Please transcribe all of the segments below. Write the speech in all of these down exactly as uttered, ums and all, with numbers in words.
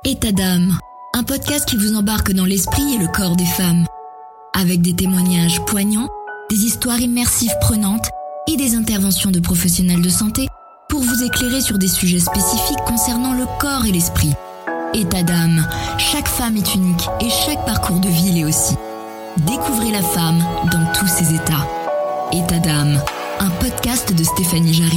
État d'âme, un podcast qui vous embarque dans l'esprit et le corps des femmes. Avec des témoignages poignants, des histoires immersives prenantes et des interventions de professionnels de santé pour vous éclairer sur des sujets spécifiques concernant le corps et l'esprit. État d'âme, chaque femme est unique et chaque parcours de vie l'est aussi. Découvrez la femme dans tous ses états. État d'âme, un podcast de Stéphanie Jarry.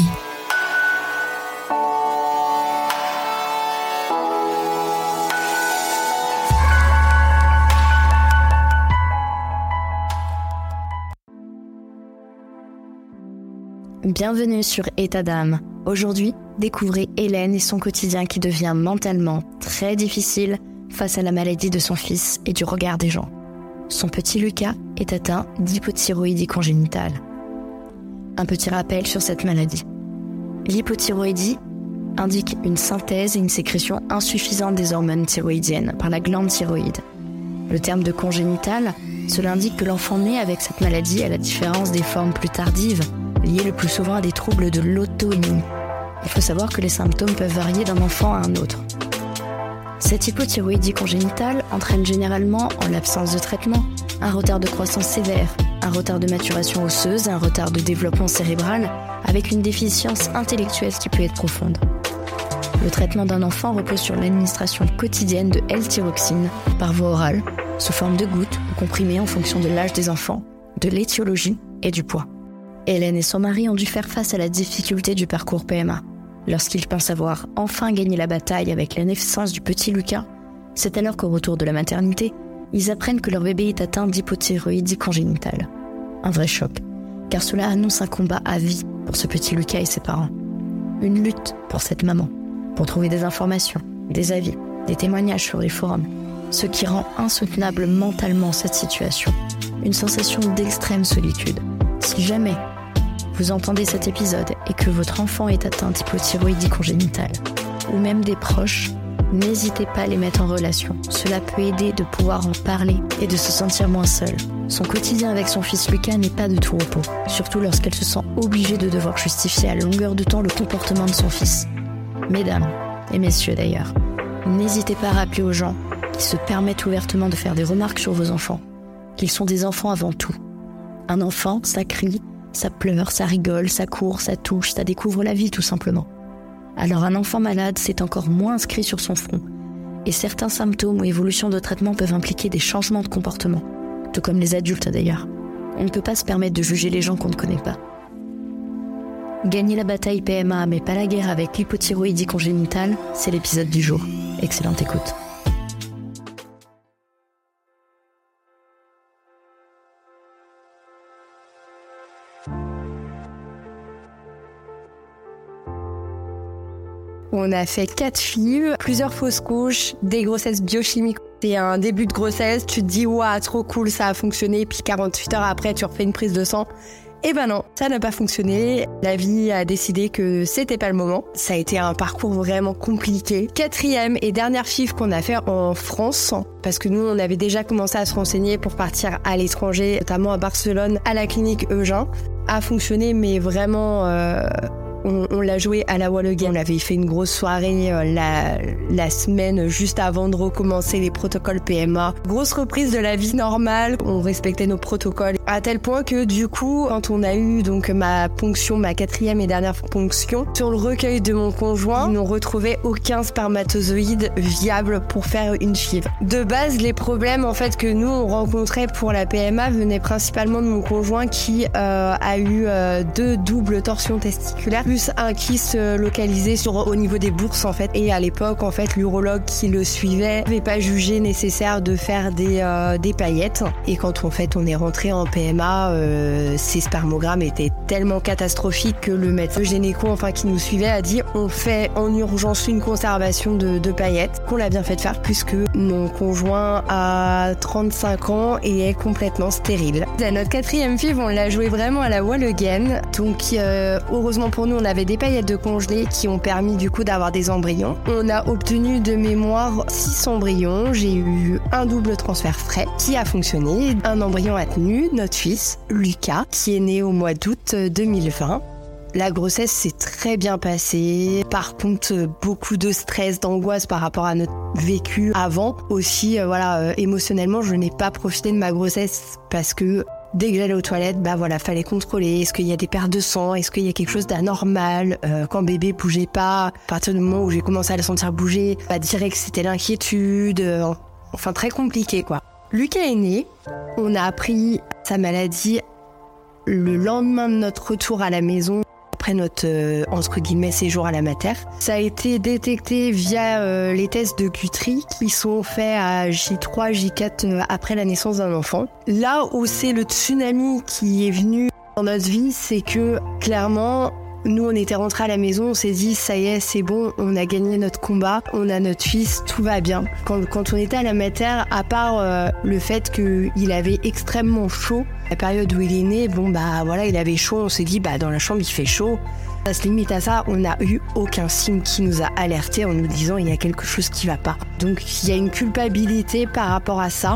Bienvenue sur État d'âme. Aujourd'hui, découvrez Hélène et son quotidien qui devient mentalement très difficile face à la maladie de son fils et du regard des gens. Son petit Lucas est atteint d'hypothyroïdie congénitale. Un petit rappel sur cette maladie. L'hypothyroïdie indique une synthèse et une sécrétion insuffisante des hormones thyroïdiennes par la glande thyroïde. Le terme de congénital, cela indique que l'enfant né avec cette maladie, à la différence des formes plus tardives, liées le plus souvent à des troubles de l'auto-immune. Il faut savoir que les symptômes peuvent varier d'un enfant à un autre. Cette hypothyroïdie congénitale entraîne généralement, en l'absence de traitement, un retard de croissance sévère, un retard de maturation osseuse et un retard de développement cérébral, avec une déficience intellectuelle qui peut être profonde. Le traitement d'un enfant repose sur l'administration quotidienne de L-thyroxine par voie orale, sous forme de gouttes ou comprimés en fonction de l'âge des enfants, de l'étiologie et du poids. Hélène et son mari ont dû faire face à la difficulté du parcours P M A. Lorsqu'ils pensent avoir enfin gagné la bataille avec la naissance du petit Lucas, c'est alors qu'au retour de la maternité, ils apprennent que leur bébé est atteint d'hypothyroïdie congénitale. Un vrai choc, car cela annonce un combat à vie pour ce petit Lucas et ses parents. Une lutte pour cette maman, pour trouver des informations, des avis, des témoignages sur les forums, ce qui rend insoutenable mentalement cette situation. Une sensation d'extrême solitude. Si jamais vous entendez cet épisode et que votre enfant est atteint d'hypothyroïdie congénitale, ou même des proches, n'hésitez pas à les mettre en relation. Cela peut aider de pouvoir en parler et de se sentir moins seul. Son quotidien avec son fils Lucas n'est pas de tout repos, surtout lorsqu'elle se sent obligée de devoir justifier à longueur de temps le comportement de son fils. Mesdames, et messieurs d'ailleurs, n'hésitez pas à rappeler aux gens qui se permettent ouvertement de faire des remarques sur vos enfants, qu'ils sont des enfants avant tout. Un enfant, ça crie, ça pleure, ça rigole, ça court, ça touche, ça découvre la vie tout simplement. Alors un enfant malade, c'est encore moins inscrit sur son front. Et certains symptômes ou évolutions de traitement peuvent impliquer des changements de comportement, tout comme les adultes d'ailleurs. On ne peut pas se permettre de juger les gens qu'on ne connaît pas. Gagner la bataille P M A mais pas la guerre avec l'hypothyroïdie congénitale, c'est l'épisode du jour. Excellente écoute. On a fait quatre filles, plusieurs fausses couches, des grossesses biochimiques. C'est un début de grossesse, tu te dis « Waouh, trop cool, ça a fonctionné », puis quarante-huit heures après, tu refais une prise de sang. Eh ben non, ça n'a pas fonctionné. La vie a décidé que c'était pas le moment. Ça a été un parcours vraiment compliqué. Quatrième et dernière F I V qu'on a fait en France, parce que nous, on avait déjà commencé à se renseigner pour partir à l'étranger, notamment à Barcelone, à la clinique Eugin. A fonctionné, mais vraiment... Euh On, on l'a joué à la Wall Again. On avait fait une grosse soirée euh, la, la semaine juste avant de recommencer les protocoles P M A. Grosse reprise de la vie normale. On respectait nos protocoles à tel point que du coup, quand on a eu donc ma ponction, ma quatrième et dernière ponction, sur le recueil de mon conjoint, ils n'ont retrouvé aucun spermatozoïde viable pour faire une F I V. De base, les problèmes en fait que nous on rencontrait pour la P M A venaient principalement de mon conjoint qui euh, a eu euh, deux doubles torsions testiculaires, plus un kyste localisé sur, au niveau des bourses en fait. Et à l'époque en fait l'urologue qui le suivait n'avait pas jugé nécessaire de faire des, euh, des paillettes. Et quand en fait on est rentré en P M A, euh, ces spermogrammes étaient tellement catastrophiques que le médecin gynéco enfin qui nous suivait a dit on fait en urgence une conservation de, de paillettes, qu'on l'a bien fait de faire puisque mon conjoint a trente-cinq ans et est complètement stérile. À notre quatrième F I V on l'a joué vraiment à la Wall Again. Donc euh, heureusement pour nous on avait des paillettes de congelées qui ont permis du coup d'avoir des embryons. On a obtenu de mémoire six embryons. J'ai eu un double transfert frais qui a fonctionné. Un embryon a tenu, notre fils, Lucas, qui est né au mois d'août deux mille vingt. La grossesse s'est très bien passée. Par contre, beaucoup de stress, d'angoisse par rapport à notre vécu avant. Aussi, euh, voilà, euh, émotionnellement, je n'ai pas profité de ma grossesse parce que dès que j'allais aux toilettes, bah voilà, fallait contrôler. Est-ce qu'il y a des pertes de sang? Est-ce qu'il y a quelque chose d'anormal? euh, Quand bébé bougeait pas, à partir du moment où j'ai commencé à le sentir bouger, bah direct c'était l'inquiétude. Euh, enfin, très compliqué quoi. Lucas est né. On a appris sa maladie le lendemain de notre retour à la maison. Après notre, euh, entre guillemets, séjour à la mater. Ça a été détecté via euh, les tests de Guthrie qui sont faits à J trois, J quatre euh, après la naissance d'un enfant. Là où c'est le tsunami qui est venu dans notre vie, c'est que clairement, nous on était rentrés à la maison, on s'est dit ça y est, c'est bon, on a gagné notre combat, on a notre fils, tout va bien. Quand, quand on était à la mater, à part euh, le fait qu'il avait extrêmement chaud, la période où il est né, bon bah voilà, il avait chaud, on s'est dit bah dans la chambre il fait chaud. Ça se limite à ça, on n'a eu aucun signe qui nous a alertés en nous disant il y a quelque chose qui va pas. Donc il y a une culpabilité par rapport à ça.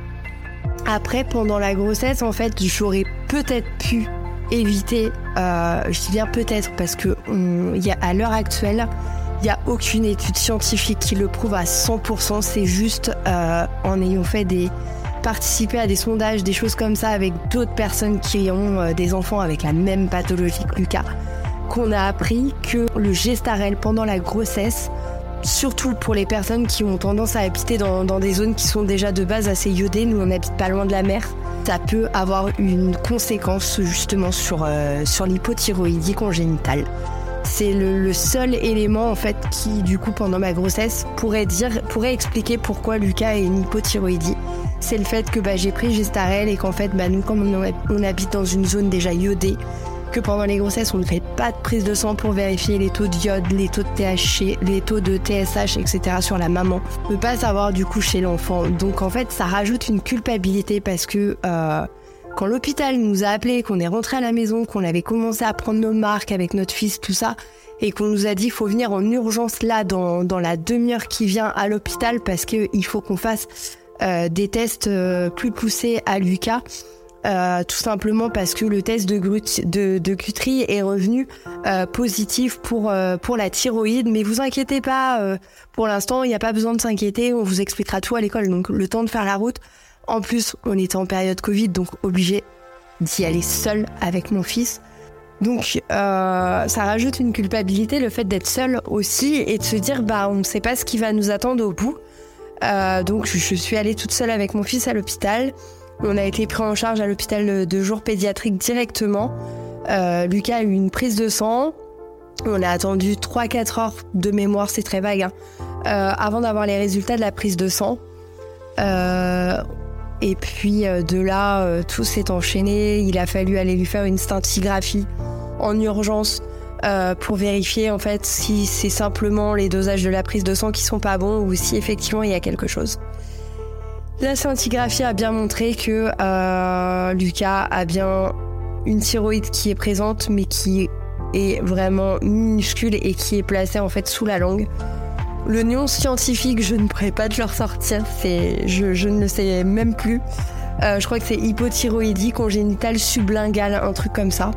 Après, pendant la grossesse, en fait, j'aurais peut-être pu éviter, euh, je dis bien peut-être parce que on, y a, à l'heure actuelle, il n'y a aucune étude scientifique qui le prouve à cent pour cent. C'est juste euh, en ayant fait des participer à des sondages, des choses comme ça avec d'autres personnes qui ont euh, des enfants avec la même pathologie que Lucas, qu'on a appris que le Gestarel pendant la grossesse, surtout pour les personnes qui ont tendance à habiter dans, dans des zones qui sont déjà de base assez iodées, nous on n'habite pas loin de la mer, ça peut avoir une conséquence justement sur, euh, sur l'hypothyroïdie congénitale. C'est le, le seul élément en fait qui du coup pendant ma grossesse pourrait dire, pourrait expliquer pourquoi Lucas a une hypothyroïdie. C'est le fait que bah, j'ai pris Gestarel et qu'en fait bah, nous comme on, on habite dans une zone déjà iodée, que pendant les grossesses on ne fait pas de prise de sang pour vérifier les taux d'iode, les taux de T H C, les taux de T S H, et cetera sur la maman. On ne peut pas savoir du coup chez l'enfant. Donc en fait ça rajoute une culpabilité parce que euh, quand l'hôpital nous a appelés, qu'on est rentré à la maison, qu'on avait commencé à prendre nos marques avec notre fils, tout ça, et qu'on nous a dit faut venir en urgence là dans, dans la demi-heure qui vient à l'hôpital parce qu'il faut qu'on fasse euh, des tests euh, plus poussés à Lucas. Euh, tout simplement parce que le test de, Grut- de, de Guthrie est revenu euh, positif pour, euh, pour la thyroïde. Mais vous inquiétez pas, euh, pour l'instant, il n'y a pas besoin de s'inquiéter. On vous expliquera tout à l'école, donc le temps de faire la route. En plus, on était en période Covid, donc obligé d'y aller seul avec mon fils. Donc euh, ça rajoute une culpabilité, le fait d'être seul aussi, et de se dire bah on ne sait pas ce qui va nous attendre au bout. Euh, donc je, je suis allée toute seule avec mon fils à l'hôpital. On a été pris en charge à l'hôpital de jour pédiatrique directement. Euh, Lucas a eu une prise de sang. On a attendu trois à quatre heures de mémoire, c'est très vague, hein, euh, avant d'avoir les résultats de la prise de sang. Euh, et puis euh, de là, euh, tout s'est enchaîné. Il a fallu aller lui faire une scintigraphie en urgence euh, pour vérifier en fait si c'est simplement les dosages de la prise de sang qui sont pas bons ou si effectivement il y a quelque chose. La scintigraphie a bien montré que euh, Lucas a bien une thyroïde qui est présente mais qui est vraiment minuscule et qui est placée en fait sous la langue. Le nom scientifique, je ne pourrais pas te le ressortir, c'est, je, je ne le sais même plus. Euh, je crois que c'est hypothyroïdie congénitale sublingale, un truc comme ça.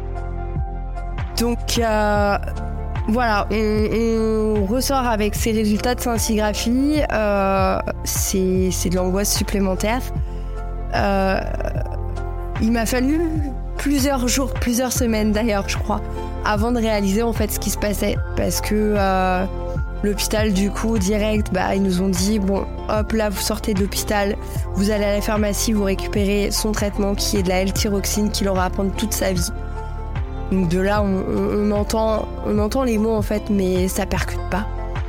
Donc euh, voilà, on, on ressort avec ces résultats de scintigraphie. Euh, c'est, c'est de l'angoisse supplémentaire. Euh, il m'a fallu plusieurs jours, plusieurs semaines d'ailleurs, je crois, avant de réaliser en fait ce qui se passait. Parce que euh, l'hôpital, du coup, direct, bah, ils nous ont dit bon, hop, là, vous sortez de l'hôpital, vous allez à la pharmacie, vous récupérez son traitement qui est de la L-thyroxine qu'il aura à prendre toute sa vie. Donc de là, on, on, on, entend, on entend les mots en fait, mais ça percute pas.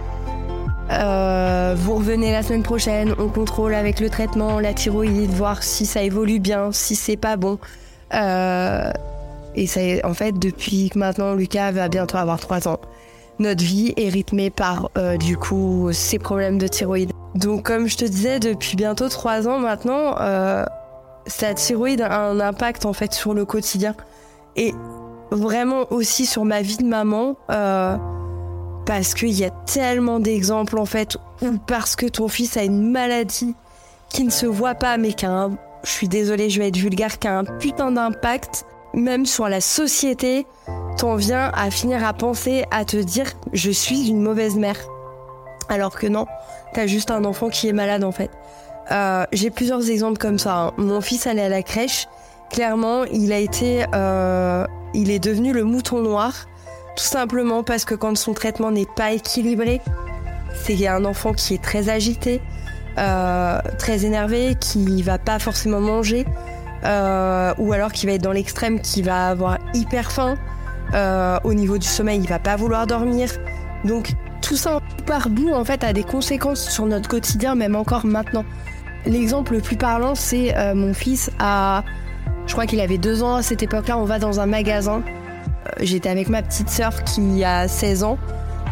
Euh, vous revenez la semaine prochaine, on contrôle avec le traitement, la thyroïde, voir si ça évolue bien, si c'est pas bon. Euh, et ça, en fait, depuis que maintenant Lucas va bientôt avoir trois ans, notre vie est rythmée par euh, du coup ces problèmes de thyroïde. Donc comme je te disais, depuis bientôt trois ans maintenant, euh, sa thyroïde a un impact en fait sur le quotidien. Et vraiment aussi sur ma vie de maman, euh, parce qu'il y a tellement d'exemples en fait où parce que ton fils a une maladie qui ne se voit pas mais qui a un, je suis désolée, je vais être vulgaire, qui a un putain d'impact même sur la société, t'en viens à finir à penser, à te dire « je suis une mauvaise mère ». Alors que non, t'as juste un enfant qui est malade en fait. Euh, j'ai plusieurs exemples comme ça. Hein. Mon fils allait à la crèche. Clairement, il a été, euh, il est devenu le mouton noir, tout simplement parce que quand son traitement n'est pas équilibré, c'est un enfant qui est très agité, euh, très énervé, qui va pas forcément manger, euh, ou alors qui va être dans l'extrême, qui va avoir hyper faim. Euh, au niveau du sommeil, il va pas vouloir dormir. Donc tout ça par bout en fait a des conséquences sur notre quotidien, même encore maintenant. L'exemple le plus parlant, c'est euh, mon fils à, je crois qu'il avait deux ans à cette époque-là. On va dans un magasin. Euh, j'étais avec ma petite sœur qui a seize ans.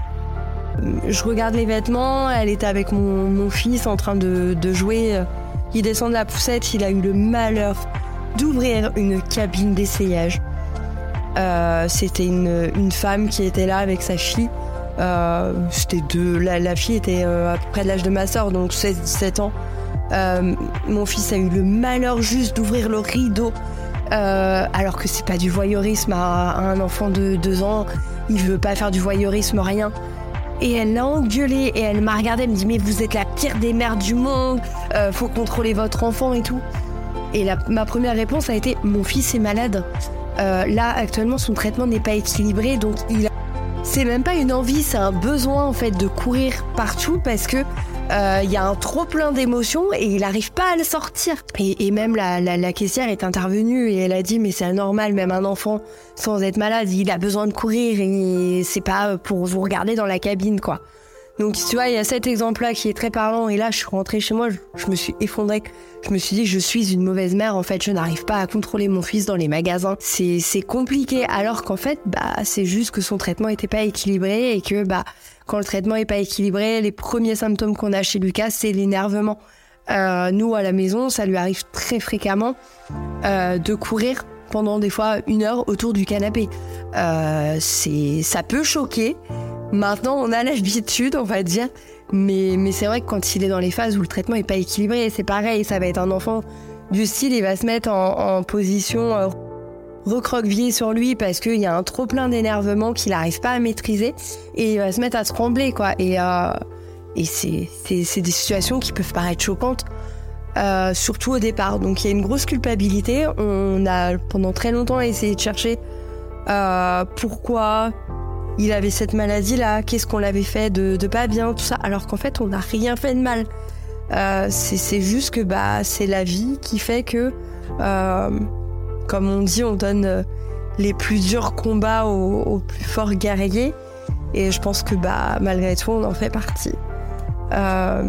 Je regarde les vêtements. Elle était avec mon, mon fils en train de, de jouer. Il descend de la poussette. Il a eu le malheur d'ouvrir une cabine d'essayage. Euh, c'était une, une femme qui était là avec sa fille. Euh, c'était deux, la, la fille était euh, à peu près de l'âge de ma sœur, donc seize dix-sept ans. Euh, mon fils a eu le malheur juste d'ouvrir le rideau, euh, alors que c'est pas du voyeurisme à, à un enfant de deux ans. Il veut pas faire du voyeurisme, rien. Et elle l'a engueulé et elle m'a regardé, elle me dit mais vous êtes la pire des mères du monde, euh, faut contrôler votre enfant et tout. Et la, ma première réponse a été mon fils est malade. Euh, là actuellement son traitement n'est pas équilibré, donc il a... c'est même pas une envie, c'est un besoin en fait de courir partout parce que il euh, y a un trop plein d'émotions et il arrive pas à le sortir. Et, et même la, la, la caissière est intervenue et elle a dit mais c'est normal, même un enfant sans être malade, il a besoin de courir et c'est pas pour vous regarder dans la cabine quoi. Donc tu vois, il y a cet exemple-là qui est très parlant et là je suis rentrée chez moi, je, je me suis effondrée. Je me suis dit je suis une mauvaise mère, en fait je n'arrive pas à contrôler mon fils dans les magasins. C'est, c'est compliqué alors qu'en fait bah, c'est juste que son traitement était pas équilibré et que bah, quand le traitement est pas équilibré, les premiers symptômes qu'on a chez Lucas c'est l'énervement. Euh, nous à la maison ça lui arrive très fréquemment euh, de courir pendant des fois une heure autour du canapé. Euh, c'est, ça peut choquer. Maintenant, on a l'habitude, on va dire, mais, mais c'est vrai que quand il est dans les phases où le traitement n'est pas équilibré, c'est pareil, ça va être un enfant du style, il va se mettre en, en position euh, recroquevillé sur lui parce qu'il y a un trop plein d'énervement qu'il n'arrive pas à maîtriser et il va se mettre à trembler, quoi. Et, euh, et c'est, c'est, c'est des situations qui peuvent paraître choquantes, euh, surtout au départ. Donc il y a une grosse culpabilité. On a pendant très longtemps essayé de chercher euh, pourquoi il avait cette maladie-là, qu'est-ce qu'on l'avait fait de, de pas bien, tout ça, alors qu'en fait, on n'a rien fait de mal. Euh, c'est, c'est juste que bah, c'est la vie qui fait que, euh, comme on dit, on donne les plus durs combats aux, aux plus forts guerriers. Et je pense que bah, malgré tout, on en fait partie. Euh,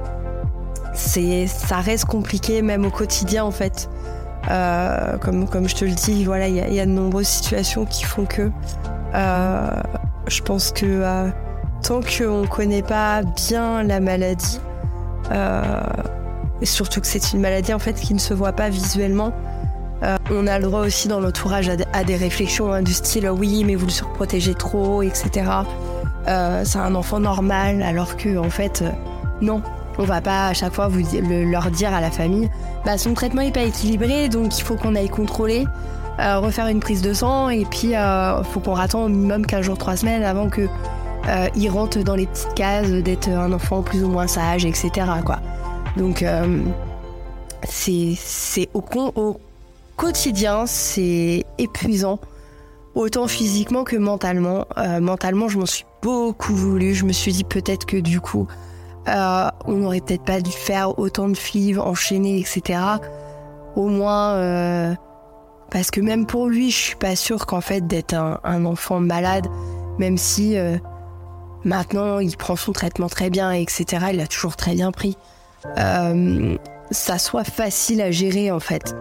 c'est, ça reste compliqué, même au quotidien, en fait. Euh, comme, comme je te le dis, voilà, il y a, y a de nombreuses situations qui font que... Euh, je pense que euh, tant qu'on ne connaît pas bien la maladie, euh, et surtout que c'est une maladie en fait qui ne se voit pas visuellement, euh, on a le droit aussi dans l'entourage à, à des réflexions hein, du style oui mais vous le surprotégez trop, et cetera. Euh, c'est un enfant normal, alors que en fait euh, non, on va pas à chaque fois vous, le, leur dire à la famille bah son traitement est pas équilibré donc il faut qu'on aille contrôler. Euh, refaire une prise de sang et puis euh, faut qu'on attende au minimum quinze jours, trois semaines avant que euh, il rentre dans les petites cases d'être un enfant plus ou moins sage, et cetera quoi. Donc euh, c'est, c'est au, con, au quotidien c'est épuisant, autant physiquement que mentalement. Euh, mentalement je m'en suis beaucoup voulu, je me suis dit peut-être que du coup euh, on n'aurait peut-être pas dû faire autant de fives enchaînées, et cetera. Au moins euh, parce que même pour lui, je suis pas sûre qu'en fait d'être un, un enfant malade, même si euh, maintenant il prend son traitement très bien, et cetera. Il l'a toujours très bien pris. Euh, ça soit facile à gérer en fait.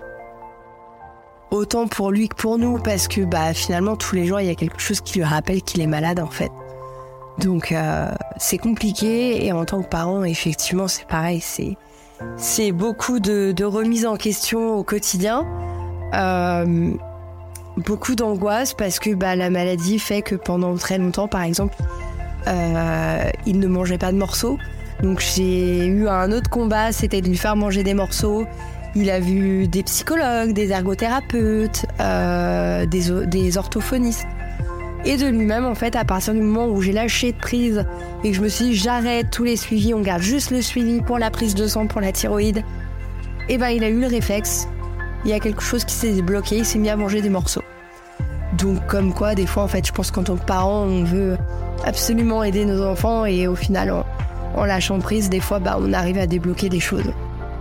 Autant pour lui que pour nous, parce que bah finalement tous les jours il y a quelque chose qui lui rappelle qu'il est malade en fait. Donc euh, c'est compliqué et en tant que parent, effectivement c'est pareil, c'est c'est beaucoup de, de remise en question au quotidien. Euh, beaucoup d'angoisse parce que bah, la maladie fait que pendant très longtemps par exemple euh, il ne mangeait pas de morceaux, donc j'ai eu un autre combat, c'était de lui faire manger des morceaux Il a vu des psychologues, des ergothérapeutes, euh, des, des orthophonistes. Et de lui-même, en fait, à partir du moment où j'ai lâché prise et que je me suis dit j'arrête tous les suivis, on garde juste le suivi pour la prise de sang, pour la thyroïde, et ben il a eu le réflexe. Il y a quelque chose qui s'est débloqué, il s'est mis à manger des morceaux. Donc comme quoi, des fois, en fait, je pense qu'en tant que parent, on veut absolument aider nos enfants et au final, en, en lâchant prise, des fois, bah, on arrive à débloquer des choses.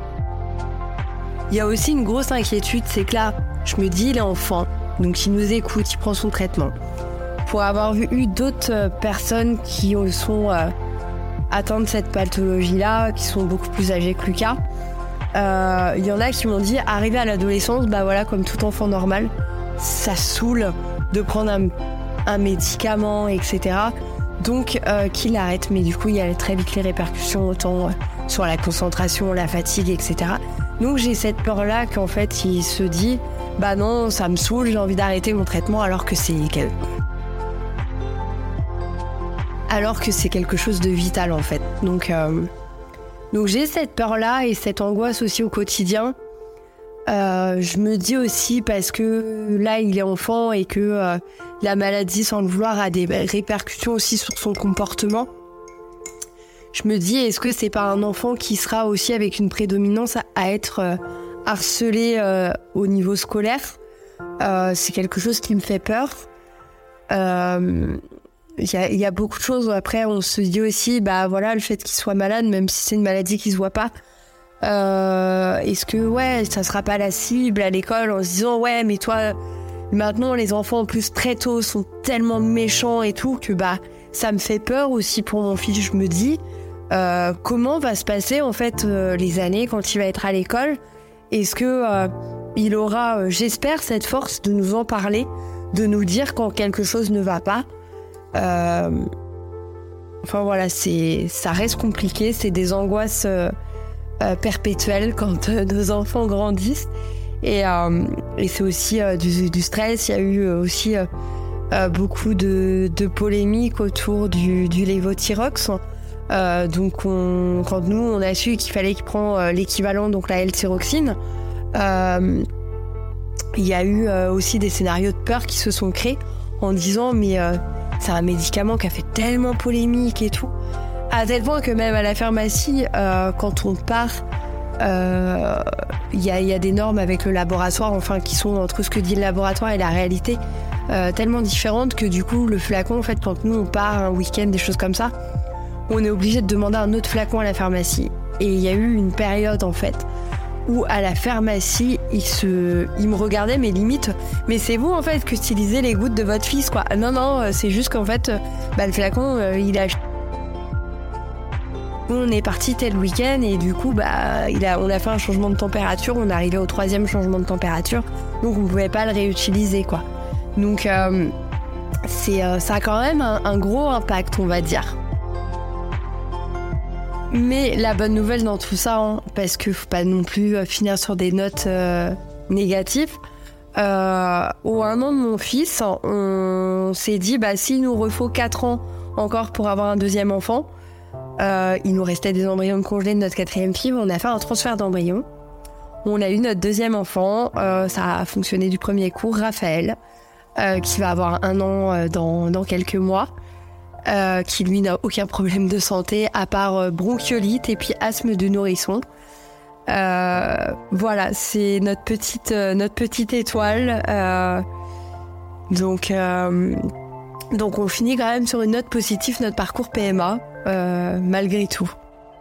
Il y a aussi une grosse inquiétude, c'est que là, je me dis, il est enfant, donc il nous écoute, il prend son traitement. Pour avoir vu eu d'autres personnes qui sont euh, atteintes de cette pathologie-là, qui sont beaucoup plus âgées que Lucas, euh, il y en a qui m'ont dit, arrivé à l'adolescence, bah voilà, comme tout enfant normal, ça saoule de prendre un, un médicament, et cetera. Donc euh, qu'il arrête. Mais du coup, il y a très vite les répercussions, autant euh, sur la concentration, la fatigue, et cetera. Donc j'ai cette peur-là qu'en fait, il se dit, bah non, ça me saoule, j'ai envie d'arrêter mon traitement, alors que c'est alors que c'est quelque chose de vital en fait. Donc, euh, donc j'ai cette peur-là et cette angoisse aussi au quotidien. Euh, je me dis aussi parce que là il est enfant et que euh, la maladie sans le vouloir a des répercussions aussi sur son comportement. Je me dis est-ce que c'est pas un enfant qui sera aussi avec une prédominance à, à être euh, harcelé euh, au niveau scolaire. Euh, c'est quelque chose qui me fait peur. Euh, Il y, a, il y a beaucoup de choses. Après, on se dit aussi, bah voilà, le fait qu'il soit malade, même si c'est une maladie qui se voit pas, euh, est-ce que ouais, ça sera pas la cible à l'école en se disant ouais, mais toi, maintenant les enfants en plus très tôt sont tellement méchants et tout que bah ça me fait peur aussi pour mon fils. Je me dis euh, comment va se passer en fait euh, les années quand il va être à l'école. Est-ce que euh, il aura, euh, j'espère, cette force de nous en parler, de nous dire quand quelque chose ne va pas. Euh, enfin voilà, c'est, ça reste compliqué, c'est des angoisses euh, euh, perpétuelles quand euh, nos enfants grandissent et, euh, et c'est aussi euh, du, du stress. Il y a eu euh, aussi euh, euh, beaucoup de, de polémiques autour du, du lévothyrox. Euh, donc on, quand nous on a su qu'il fallait qu'il prenne euh, l'équivalent, donc la L-thyroxine, euh, il y a eu euh, aussi des scénarios de peur qui se sont créés en disant mais euh, c'est un médicament qui a fait tellement polémique et tout, à tel point que même à la pharmacie, euh, quand on part, il euh, y, a, y a des normes avec le laboratoire, enfin qui sont entre ce que dit le laboratoire et la réalité, euh, tellement différentes que du coup le flacon, en fait, quand nous on part un week-end, des choses comme ça, on est obligé de demander un autre flacon à la pharmacie. Et il y a eu une période en fait où à la pharmacie, ils, se... ils me regardaient, mais limite, mais c'est vous en fait qui utilisez les gouttes de votre fils, quoi. Non, non, c'est juste qu'en fait, bah, le flacon, euh, il a... On est parti tel week-end et du coup, bah, il a... on a fait un changement de température, on est arrivé au troisième changement de température, donc on ne pouvait pas le réutiliser, quoi. Donc, euh, c'est, euh, ça a quand même un, un gros impact, on va dire. Mais la bonne nouvelle dans tout ça, hein, parce qu'il ne faut pas non plus finir sur des notes euh, négatives, euh, au un an de mon fils, on s'est dit, bah, s'il nous refaut quatre ans encore pour avoir un deuxième enfant, euh, il nous restait des embryons de congelés de notre quatrième fille, on a fait un transfert d'embryons. On a eu notre deuxième enfant, euh, ça a fonctionné du premier coup, Raphaël, euh, qui va avoir un an euh, dans, dans quelques mois. Euh, qui lui n'a aucun problème de santé à part euh, bronchiolite et puis asthme de nourrisson. Euh, voilà, c'est notre petite, euh, notre petite étoile. Euh, donc, euh, donc on finit quand même sur une note positive, notre parcours P M A, euh, malgré tout.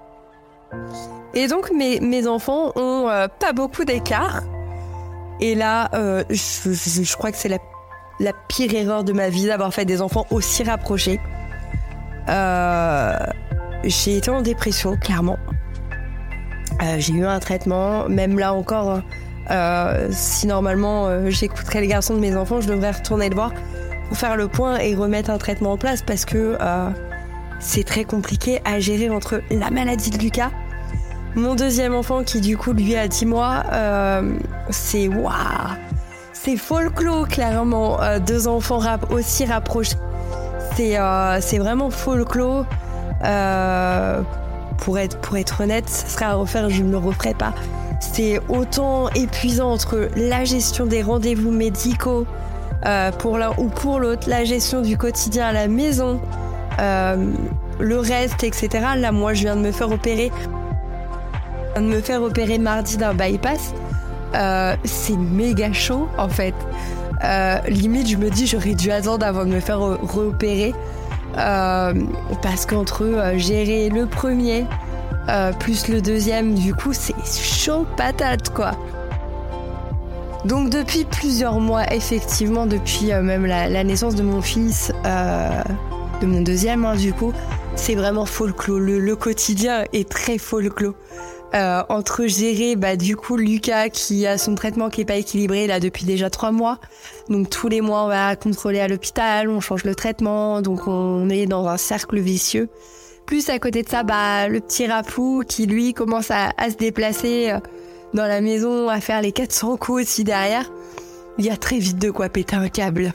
Et donc mes, mes enfants ont euh, pas beaucoup d'écart. Et là, euh, je, je, je crois que c'est la, la pire erreur de ma vie d'avoir fait des enfants aussi rapprochés. Euh, j'ai été en dépression, clairement. Euh, j'ai eu un traitement, même là encore, euh, si normalement euh, j'écouterais les garçons de mes enfants, je devrais retourner le voir pour faire le point et remettre un traitement en place parce que euh, c'est très compliqué à gérer entre la maladie de Lucas, mon deuxième enfant qui du coup lui a dix mois, euh, c'est waouh, c'est folklore clairement, euh, deux enfants rap- aussi rapprochés. C'est, euh, c'est vraiment folklore. Euh, pour être, pour être honnête, ça serait à refaire, je ne le referai pas. c'est autant épuisant entre la gestion des rendez-vous médicaux euh, pour l'un ou pour l'autre, la gestion du quotidien à la maison, euh, le reste, et cetera. Là, moi, je viens de me faire opérer, je viens de me faire opérer mardi d'un bypass. Euh, c'est méga chaud, en fait. Euh, limite, je me dis, j'aurais dû attendre avant de me faire re-opérer. Euh, parce qu'entre euh, gérer le premier euh, plus le deuxième, du coup, c'est chaud patate, quoi. Donc, depuis plusieurs mois, effectivement, depuis euh, même la, la naissance de mon fils, euh, de mon deuxième, hein, du coup, c'est vraiment folklore. Le, le quotidien est très folklore. Euh, entre gérer bah du coup Lucas qui a son traitement qui est pas équilibré là depuis déjà trois mois, donc tous les mois on va contrôler à l'hôpital, on change le traitement, donc on est dans un cercle vicieux. Plus à côté de ça, bah le petit Rapou qui lui commence à, à se déplacer dans la maison, à faire les quatre cents coups aussi derrière. Il y a très vite de quoi péter un câble.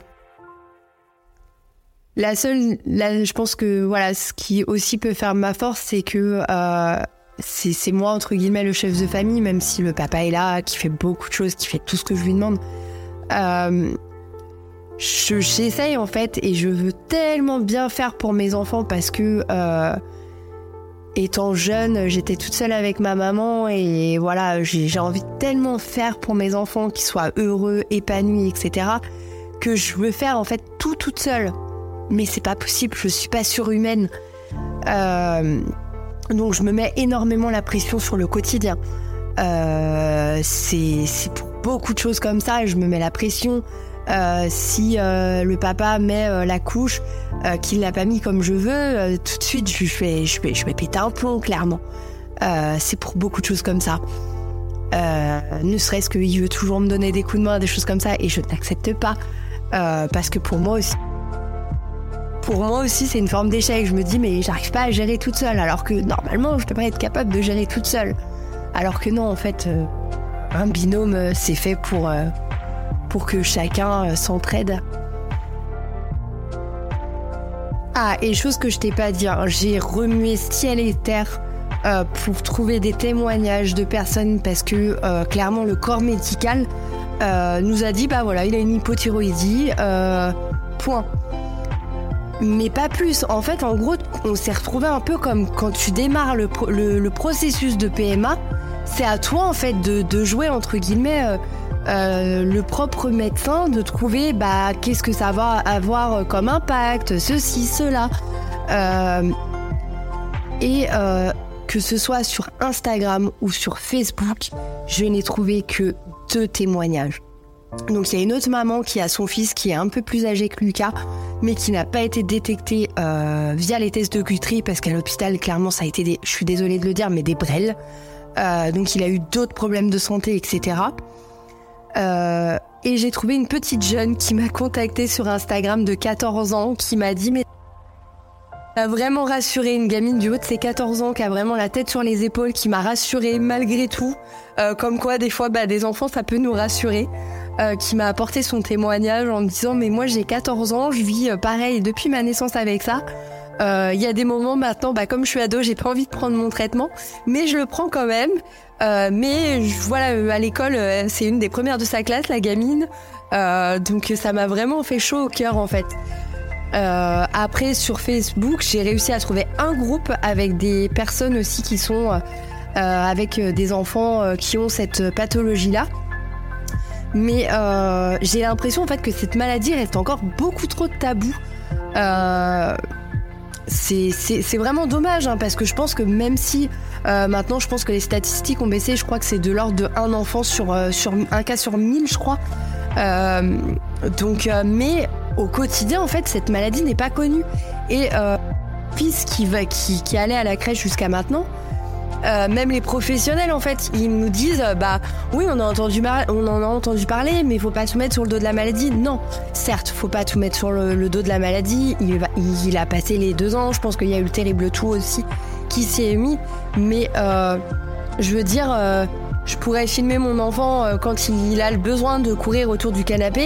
La seule, là, je pense que voilà, ce qui aussi peut faire ma force, c'est que euh, C'est, c'est moi, entre guillemets, le chef de famille, même si le papa est là, qui fait beaucoup de choses, qui fait tout ce que je lui demande. Euh, je, j'essaye, en fait, et je veux tellement bien faire pour mes enfants parce que, euh, étant jeune, j'étais toute seule avec ma maman et voilà, j'ai, j'ai envie de tellement faire pour mes enfants, qu'ils soient heureux, épanouis, et cetera, que je veux faire, en fait, tout toute seule. Mais c'est pas possible, je suis pas surhumaine. Euh... Donc je me mets énormément la pression sur le quotidien. Euh, c'est, c'est pour beaucoup de choses comme ça, et je me mets la pression. Euh, si euh, le papa met euh, la couche, euh, qu'il l'a pas mis comme je veux, euh, tout de suite je vais, je vais, je vais péter un plomb, clairement. Euh, c'est pour beaucoup de choses comme ça. Euh, ne serait-ce qu'il veut toujours me donner des coups de main, des choses comme ça, et je n'accepte pas. Euh, parce que pour moi aussi, Pour moi aussi, c'est une forme d'échec. Je me dis, mais j'arrive pas à gérer toute seule. Alors que normalement, je devrais être capable de gérer toute seule. Alors que non, en fait, euh, un binôme, euh, c'est fait pour, euh, pour que chacun euh, s'entraide. Ah, et chose que je t'ai pas dit, hein, j'ai remué ciel et terre euh, pour trouver des témoignages de personnes parce que euh, clairement, le corps médical euh, nous a dit, bah voilà, il a une hypothyroïdie, euh, point. Mais pas plus. En fait, en gros, on s'est retrouvé un peu comme quand tu démarres le, pro- le, le processus de P M A. C'est à toi, en fait, de, de jouer, entre guillemets, euh, euh, le propre médecin, de trouver bah, qu'est-ce que ça va avoir comme impact, ceci, cela. Euh, et euh, que ce soit sur Instagram ou sur Facebook, je n'ai trouvé que deux témoignages. Donc il y a une autre maman qui a son fils qui est un peu plus âgé que Lucas, mais qui n'a pas été détecté euh, via les tests de Guthrie, parce qu'à l'hôpital, clairement, ça a été des, je suis désolée de le dire, mais des brêles. Euh, donc il a eu d'autres problèmes de santé, et cetera. Euh, et j'ai trouvé une petite jeune qui m'a contactée sur Instagram de quatorze ans, qui m'a dit, mais a vraiment rassuré, une gamine du haut de ses quatorze ans qui a vraiment la tête sur les épaules, qui m'a rassurée malgré tout, euh, comme quoi des fois bah, des enfants ça peut nous rassurer, euh, qui m'a apporté son témoignage en me disant mais moi j'ai quatorze ans, je vis euh, pareil depuis ma naissance avec ça. Il euh, y a des moments maintenant, bah, comme je suis ado, j'ai pas envie de prendre mon traitement, mais je le prends quand même. Euh, mais je, voilà, à l'école, euh, c'est une des premières de sa classe, la gamine, euh, donc ça m'a vraiment fait chaud au cœur en fait. Euh, après sur Facebook, j'ai réussi à trouver un groupe avec des personnes aussi qui sont euh, avec des enfants euh, qui ont cette pathologie-là. Mais euh, j'ai l'impression en fait que cette maladie reste encore beaucoup trop tabou. Euh, c'est, c'est, c'est vraiment dommage hein, parce que je pense que même si euh, maintenant je pense que les statistiques ont baissé, je crois que c'est de l'ordre de un enfant sur, euh, sur un cas sur mille, je crois. Euh, donc, euh, mais au quotidien, en fait, cette maladie n'est pas connue. Et euh, fils qui va, qui, qui allait à la crèche jusqu'à maintenant, euh, même les professionnels, en fait, ils nous disent, euh, bah, oui, on a entendu, mar- on en a entendu parler, mais il faut pas tout mettre sur le dos de la maladie. Non, certes, faut pas tout mettre sur le, le dos de la maladie. Il, va, il, il a passé les deux ans. Je pense qu'il y a eu le terrible tout aussi qui s'y est mis. Mais euh, je veux dire. Euh, Je pourrais filmer mon enfant euh, quand il, il a le besoin de courir autour du canapé.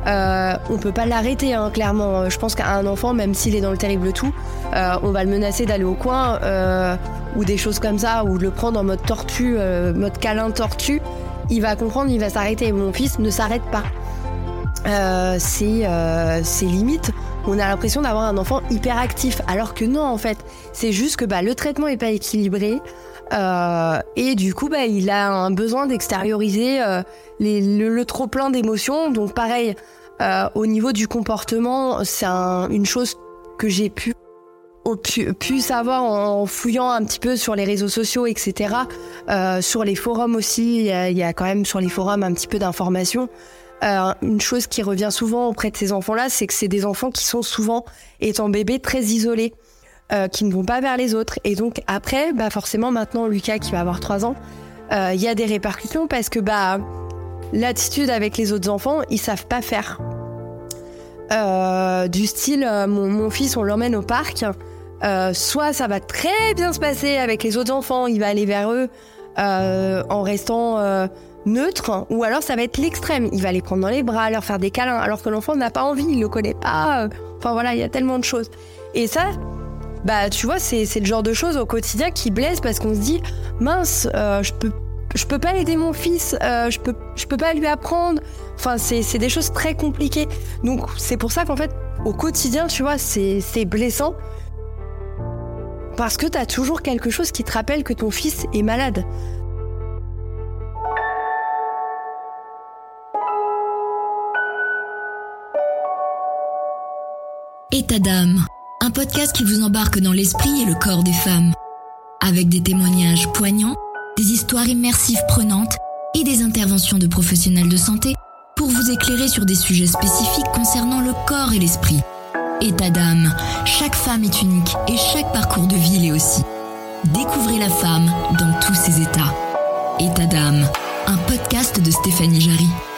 euh, on peut pas l'arrêter, hein, clairement. Je pense qu'à un enfant, même s'il est dans le terrible tout, euh, on va le menacer d'aller au coin euh, ou des choses comme ça, ou de le prendre en mode tortue, euh, mode câlin tortue. Il va comprendre, il va s'arrêter. Mon fils ne s'arrête pas. Euh, c'est, euh, c'est limite. On a l'impression d'avoir un enfant hyper actif, alors que non, en fait. C'est juste que bah, le traitement est pas équilibré. Euh, et du coup, bah, il a un besoin d'extérioriser euh, les, le, le trop plein d'émotions. Donc pareil, euh, au niveau du comportement, c'est un, une chose que j'ai pu, pu, pu savoir en fouillant un petit peu sur les réseaux sociaux, et cetera. Euh, sur les forums aussi, il y, a, il y a quand même sur les forums un petit peu d'informations. Euh, une chose qui revient souvent auprès de ces enfants-là, c'est que c'est des enfants qui sont souvent, étant bébés, très isolés. Euh, qui ne vont pas vers les autres. Et donc après, bah forcément maintenant Lucas qui va avoir trois ans, il euh, y a des répercussions parce que bah l'attitude avec les autres enfants, ils savent pas faire. Euh, du style, euh, mon, mon fils, on l'emmène au parc, euh, soit ça va très bien se passer avec les autres enfants, il va aller vers eux euh, en restant euh, neutre, ou alors ça va être l'extrême, il va les prendre dans les bras, leur faire des câlins, alors que l'enfant n'a pas envie, il le connaît pas. Enfin voilà, il y a tellement de choses. Et ça, bah tu vois, c'est, c'est le genre de choses au quotidien qui blesse parce qu'on se dit mince, euh, je peux je peux pas aider mon fils, euh, je peux je peux pas lui apprendre. Enfin c'est c'est des choses très compliquées. Donc c'est pour ça qu'en fait au quotidien, tu vois, c'est c'est blessant parce que t'as toujours quelque chose qui te rappelle que ton fils est malade. État d'âme, un podcast qui vous embarque dans l'esprit et le corps des femmes. Avec des témoignages poignants, des histoires immersives prenantes et des interventions de professionnels de santé pour vous éclairer sur des sujets spécifiques concernant le corps et l'esprit. État d'âme, chaque femme est unique et chaque parcours de vie l'est aussi. Découvrez la femme dans tous ses états. État d'âme, un podcast de Stéphanie Jarry.